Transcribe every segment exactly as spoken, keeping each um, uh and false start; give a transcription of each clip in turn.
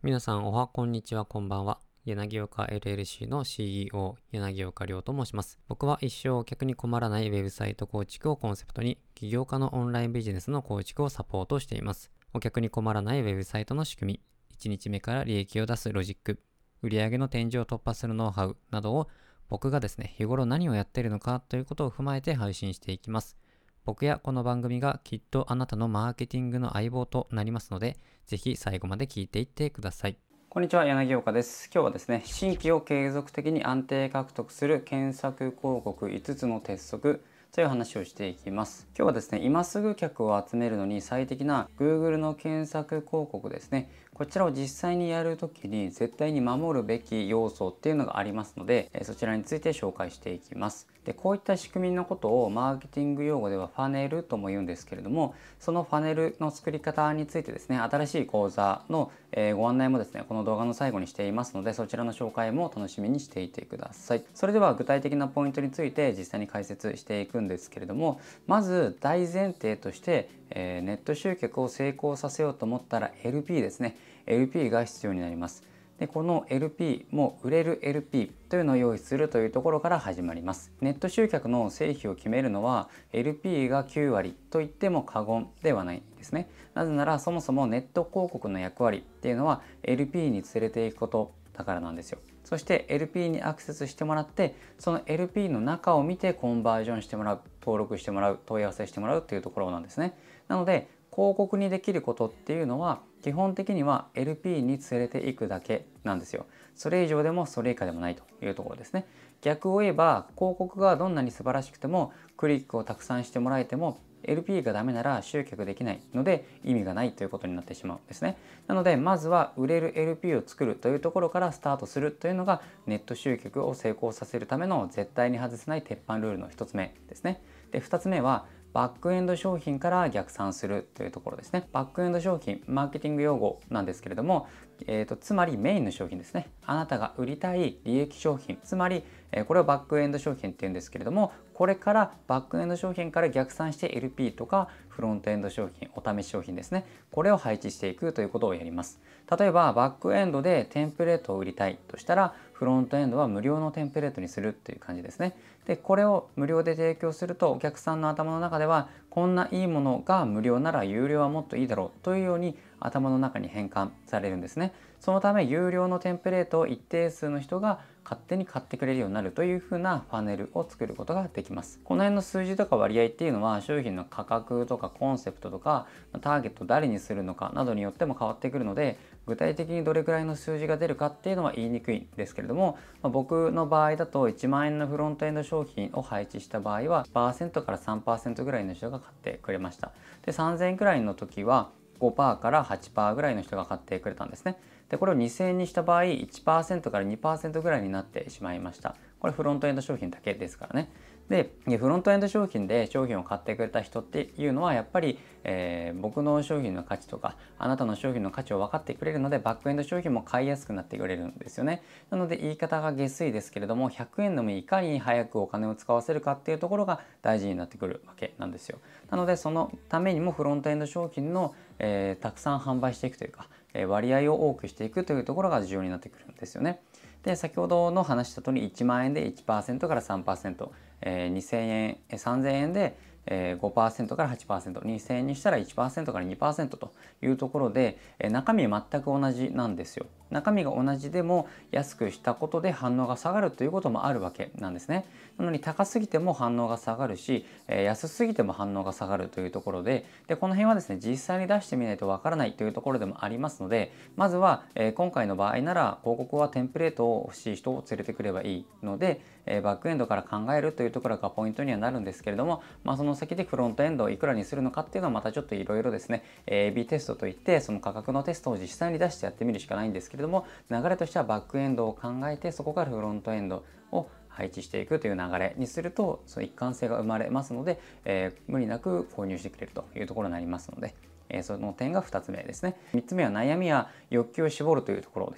皆さんおはこんにちは、こんばんは。柳岡 エルエルシー の シーイーオー 柳岡亮と申します。僕は一生お客に困らないウェブサイト構築をコンセプトに起業家のオンラインビジネスの構築をサポートしています。お客に困らないウェブサイトの仕組み、いちにちめから利益を出すロジック、売上の天井を突破するノウハウなどを僕がですね、日頃何をやっているのかということを踏まえて配信していきます。僕やこの番組がきっとあなたのマーケティングの相棒となりますので、ぜひ最後まで聞いていってください。こんにちは、柳岡です。今日はですね、新規を継続的に安定獲得する検索広告いつつの鉄則という話をしていきます。今日はですね、今すぐ客を集めるのに最適な Google の検索広告ですね。こちらを実際にやるときに絶対に守るべき要素っていうのがありますので、そちらについて紹介していきます。で、こういった仕組みのことをマーケティング用語ではファネルとも言うんですけれども、そのファネルの作り方についてですね、新しい講座のご案内もですね、この動画の最後にしていますので、そちらの紹介も楽しみにしていてください。それでは具体的なポイントについて実際に解説していくんですけれども、まず大前提として、えー、ネット集客を成功させようと思ったら エルピー ですね。エルピー が必要になります。で、この エルピー も売れる エルピー というのを用意するというところから始まります。ネット集客の成否を決めるのは エルピー がきゅうわりと言っても過言ではないんですね。なぜならそもそもネット広告の役割っていうのは エルピー に連れていくことだからなんですよ。そして エルピー にアクセスしてもらって、その エルピー の中を見てコンバージョンしてもらう、登録してもらう、問い合わせしてもらうっていうところなんですね。なので広告にできることっていうのは基本的には エルピー に連れていくだけなんですよ。それ以上でもそれ以下でもないというところですね。逆を言えば広告がどんなに素晴らしくてもクリックをたくさんしてもらえても エルピー がダメなら集客できないので意味がないということになってしまうんですね。なのでまずは売れる エルピー を作るというところからスタートするというのがネット集客を成功させるための絶対に外せない鉄板ルールのひとつめですね。で、ふたつめはバックエンド商品から逆算するというところですね。バックエンド商品、マーケティング用語なんですけれども、えーと、つまりメインの商品ですね。あなたが売りたい利益商品、つまり、えー、これをバックエンド商品っていうんですけれども、これからバックエンド商品から逆算して エルピー とかフロントエンド商品、お試し商品ですね。これを配置していくということをやります。例えばバックエンドでテンプレートを売りたいとしたら、フロントエンドは無料のテンプレートにするという感じですね。で、これを無料で提供するとお客さんの頭の中ではこんないいものが無料なら有料はもっといいだろうというように頭の中に変換されるんですね。そのため有料のテンプレートを一定数の人が勝手に買ってくれるようになるというふうなパネルを作ることができます。この辺の数字とか割合っていうのは商品の価格とかコンセプトとかターゲットを誰にするのかなどによっても変わってくるので、具体的にどれくらいの数字が出るかっていうのは言いにくいんですけれども、まあ、僕の場合だといちまんえんのフロントエンド商品を配置した場合は いちパーセント から さんパーセント ぐらいの人が買ってくれました。で、さんぜんえんくらいの時は ごパーセント から はちパーセント ぐらいの人が買ってくれたんですね。で、これをにせんえんにした場合 いちパーセント から にパーセント ぐらいになってしまいました。これフロントエンド商品だけですからね。で、フロントエンド商品で商品を買ってくれた人っていうのはやっぱり、えー、僕の商品の価値とかあなたの商品の価値を分かってくれるので、バックエンド商品も買いやすくなってくれるんですよね。なので言い方が下水ですけれども、ひゃくえんでもいかに早くお金を使わせるかっていうところが大事になってくるわけなんですよ。なのでそのためにもフロントエンド商品の、えー、たくさん販売していくというか、えー、割合を多くしていくというところが重要になってくるんですよね。で、先ほどの話した通りいちまんえんで いちパーセント から さんパーセント、えー、にせんえん、さんぜんえんでごパーセント から はちパーセント、にせんえんにしたら いちパーセント から にパーセント というところで、中身は全く同じなんですよ。中身が同じでも安くしたことで反応が下がるということもあるわけなんですね。なのに高すぎても反応が下がるし、安すぎても反応が下がるというところで、でこの辺はですね、実際に出してみないとわからないというところでもありますので、まずは今回の場合なら広告はテンプレートを欲しい人を連れてくればいいので、バックエンドから考えるというところがポイントにはなるんですけれども、まあ、その先でフロントエンドをいくらにするのかっていうのはまたちょっといろいろですね、エービー テストといってその価格のテストを実際に出してやってみるしかないんですけれども、流れとしてはバックエンドを考えてそこからフロントエンドを配置していくという流れにすると、その一貫性が生まれますので、えー、無理なく購入してくれるというところになりますので、えー、その点がふたつめですね。みっつめは悩みや欲求を絞るというところですよ。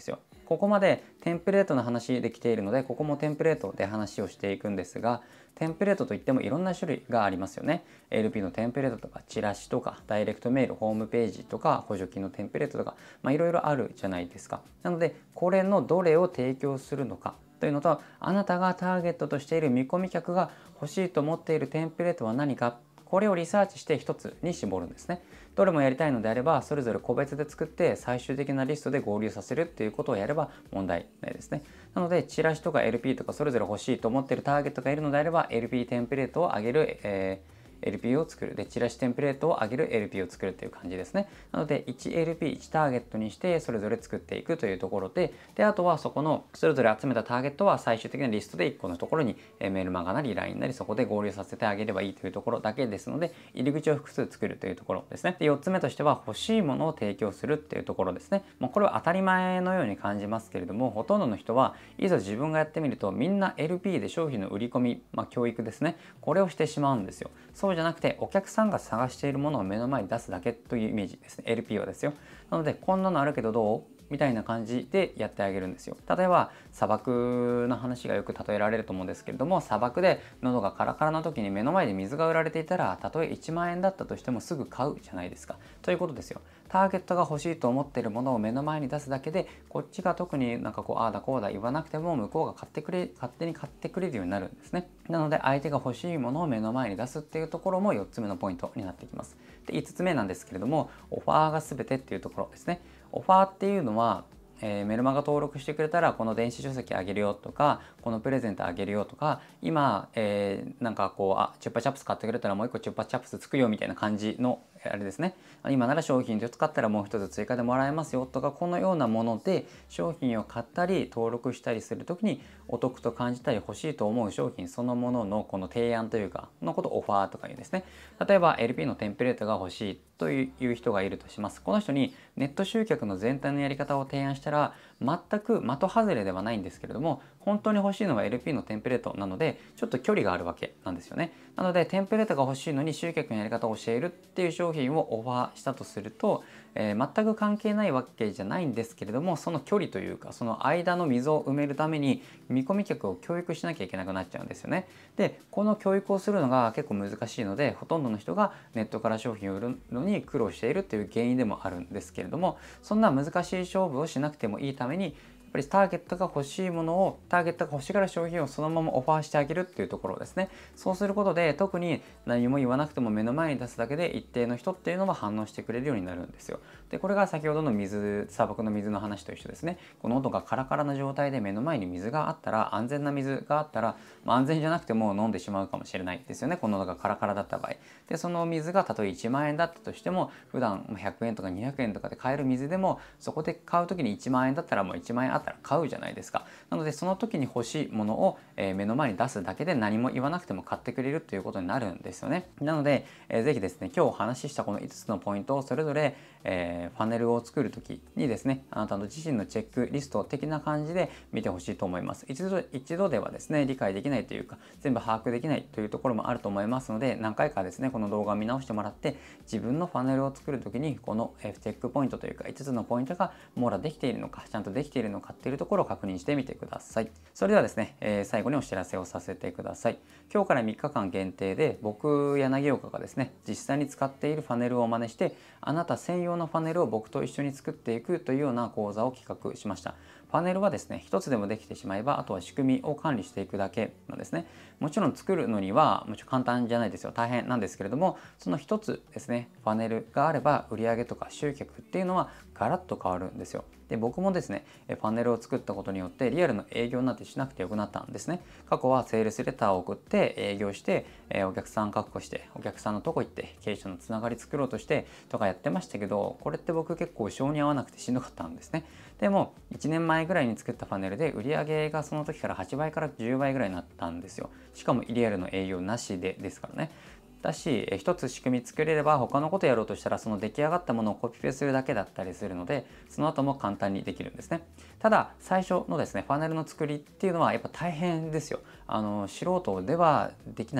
ここまでテンプレートの話できているので、ここもテンプレートで話をしていくんですが、テンプレートといってもいろんな種類がありますよね。エルピー のテンプレートとか、チラシとか、ダイレクトメール、ホームページとか、補助金のテンプレートとか、まあ、いろいろあるじゃないですか。なので、これのどれを提供するのかというのと、あなたがターゲットとしている見込み客が欲しいと思っているテンプレートは何か、これをリサーチして一つに絞るんですね。どれもやりたいのであれば、それぞれ個別で作って最終的なリストで合流させるっていうことをやれば問題ないですね。なので、チラシとか エルピー とかそれぞれ欲しいと思っているターゲットがいるのであれば、エルピー テンプレートを上げる、えーエルピー を作る。で、チラシテンプレートを上げる エルピー を作るっていう感じですね。なので、いちエルピー、いちターゲットにしてそれぞれ作っていくというところで、で、あとはそこのそれぞれ集めたターゲットは最終的なリストでいっこのところにメールマガなり ライン なりそこで合流させてあげればいいというところだけですので、入り口を複数作るというところですね。で、よっつめとしては欲しいものを提供するっていうところですね。もうこれは当たり前のように感じますけれども、ほとんどの人はいざ自分がやってみるとみんな エルピー で商品の売り込み、まあ、教育ですね。これをしてしまうんですよ。そうじゃなくてお客さんが探しているものを目の前に出すだけというイメージですね。 エルピー はですよ。なので、こんなのあるけどどうみたいな感じでやってあげるんですよ。例えば砂漠の話がよく例えられると思うんですけれども、砂漠で喉がカラカラな時に目の前で水が売られていたら、たとえいちまんえんだったとしてもすぐ買うじゃないですか。ということですよ。ターゲットが欲しいと思っているものを目の前に出すだけで、こっちが特になんかこうああだこうだ言わなくても向こうが買ってくれ勝手に買ってくれるようになるんですね。なので、相手が欲しいものを目の前に出すっていうところもよっつめのポイントになってきます。で、いつつめなんですけれども、オファーが全てっていうところですね。オファーっていうのは、えー、メルマガ登録してくれたらこの電子書籍あげるよとか、このプレゼントあげるよとか、今、えー、なんかこうあチュッパチャプス買ってくれたらもう一個チュッパチャプスつくよみたいな感じのあれですね。今なら商品一つ買ったらもう一つ追加でもらえますよとか、このようなもので商品を買ったり登録したりするときにお得と感じたり欲しいと思う商品そのもののこの提案というかのことをオファーとか言うんですね。例えば エルピー のテンプレートが欲しいという人がいるとします。この人にネット集客の全体のやり方を提案したら、全く的外れではないんですけれども、本当に欲しいのは エルピー のテンプレートなので、ちょっと距離があるわけなんですよね。なので、テンプレートが欲しいのに集客のやり方を教えるっていう商品をオファーしたとすると、えー、全く関係ないわけじゃないんですけれども、その距離というかその間の溝を埋めるために見込み客を教育しなきゃいけなくなっちゃうんですよね。で、この教育をするのが結構難しいので、ほとんどの人がネットから商品を売るのに苦労しているっていう原因でもあるんですけれども、そんな難しい勝負をしなくてもいいために、やっぱりターゲットが欲しいものをターゲットが欲しがる商品をそのままオファーしてあげるっていうところですね。そうすることで、特に何も言わなくても目の前に出すだけで一定の人っていうのは反応してくれるようになるんですよ。で、これが先ほどの水砂漠の水の話と一緒ですね。この喉がカラカラな状態で目の前に水があったら、安全な水があったら、まあ、安全じゃなくても飲んでしまうかもしれないですよね。この喉がカラカラだった場合で、その水がたとえいちまんえんだったとしても、普段ひゃくえんとかにひゃくえんとかで買える水でも、そこで買う時にいちまんえんだったらもういちまんえんあったら買うじゃないですか。なので、その時に欲しいものを、えー、目の前に出すだけで何も言わなくても買ってくれるということになるんですよね。なので、えー、ぜひですね、今日お話ししたこのいつつのポイントをそれぞれ、えー、パネルを作る時にですね、あなたの自身のチェックリスト的な感じで見てほしいと思います。一度一度ではですね、理解できないというか全部把握できないというところもあると思いますので、何回かですねこの動画を見直してもらって、自分のパネルを作る時にこのチェックポイントというかいつつのポイントが網羅できているのか、ちゃんとできているのかっていうところを確認してみてください。それではですね、えー、最後にお知らせをさせてください。今日からみっかかん限定で僕柳岡がですね実際に使っているパネルを真似して、あなた専用のパネルを僕と一緒に作っていくというような講座を企画しました。パネルはですね一つでもできてしまえば、あとは仕組みを管理していくだけなんですね。もちろん作るのにはもちろん簡単じゃないですよ、大変なんですけれども、その一つですねパネルがあれば売上とか集客っていうのはガラッと変わるんですよ。で、僕もですねパネルを作ったことによってリアルの営業なんてしなくてよくなったんですね。過去はセールスレターを送って営業して、えお客さん確保してお客さんのとこ行って経営者のつながり作ろうとしてとかやってましたけど、これって僕結構性に合わなくてしんどかったんですね。でもいちねんまえぐらいに作ったパネルで売上がその時からはちばいからじゅうばいぐらいになったんですよ。しかもリアルの営業なしでですからね。だし、一つ仕組み作れれば他のことやろうとしたらその出来上がったものをコピペするだけだったりするので、その後も簡単にできるんですね。ただ最初のですねパネルの作りっていうのはやっぱ大変ですよ。あの素人ではできない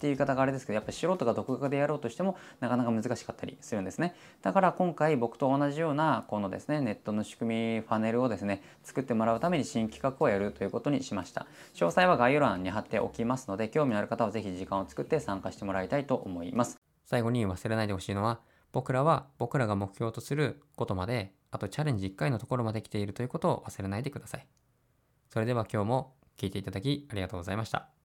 っていう言い方があれですけど、やっぱり素人が独学でやろうとしてもなかなか難しかったりするんですね。だから今回僕と同じようなこのですねネットの仕組みファネルをですね作ってもらうために新企画をやるということにしました。詳細は概要欄に貼っておきますので、興味のある方はぜひ時間を作って参加してもらいたいと思います。 最後に忘れないでほしいのは、僕らは僕らが目標とすることまで、あとチャレンジいっかいのところまで来ているということを忘れないでください。それでは今日も聞いていただきありがとうございました。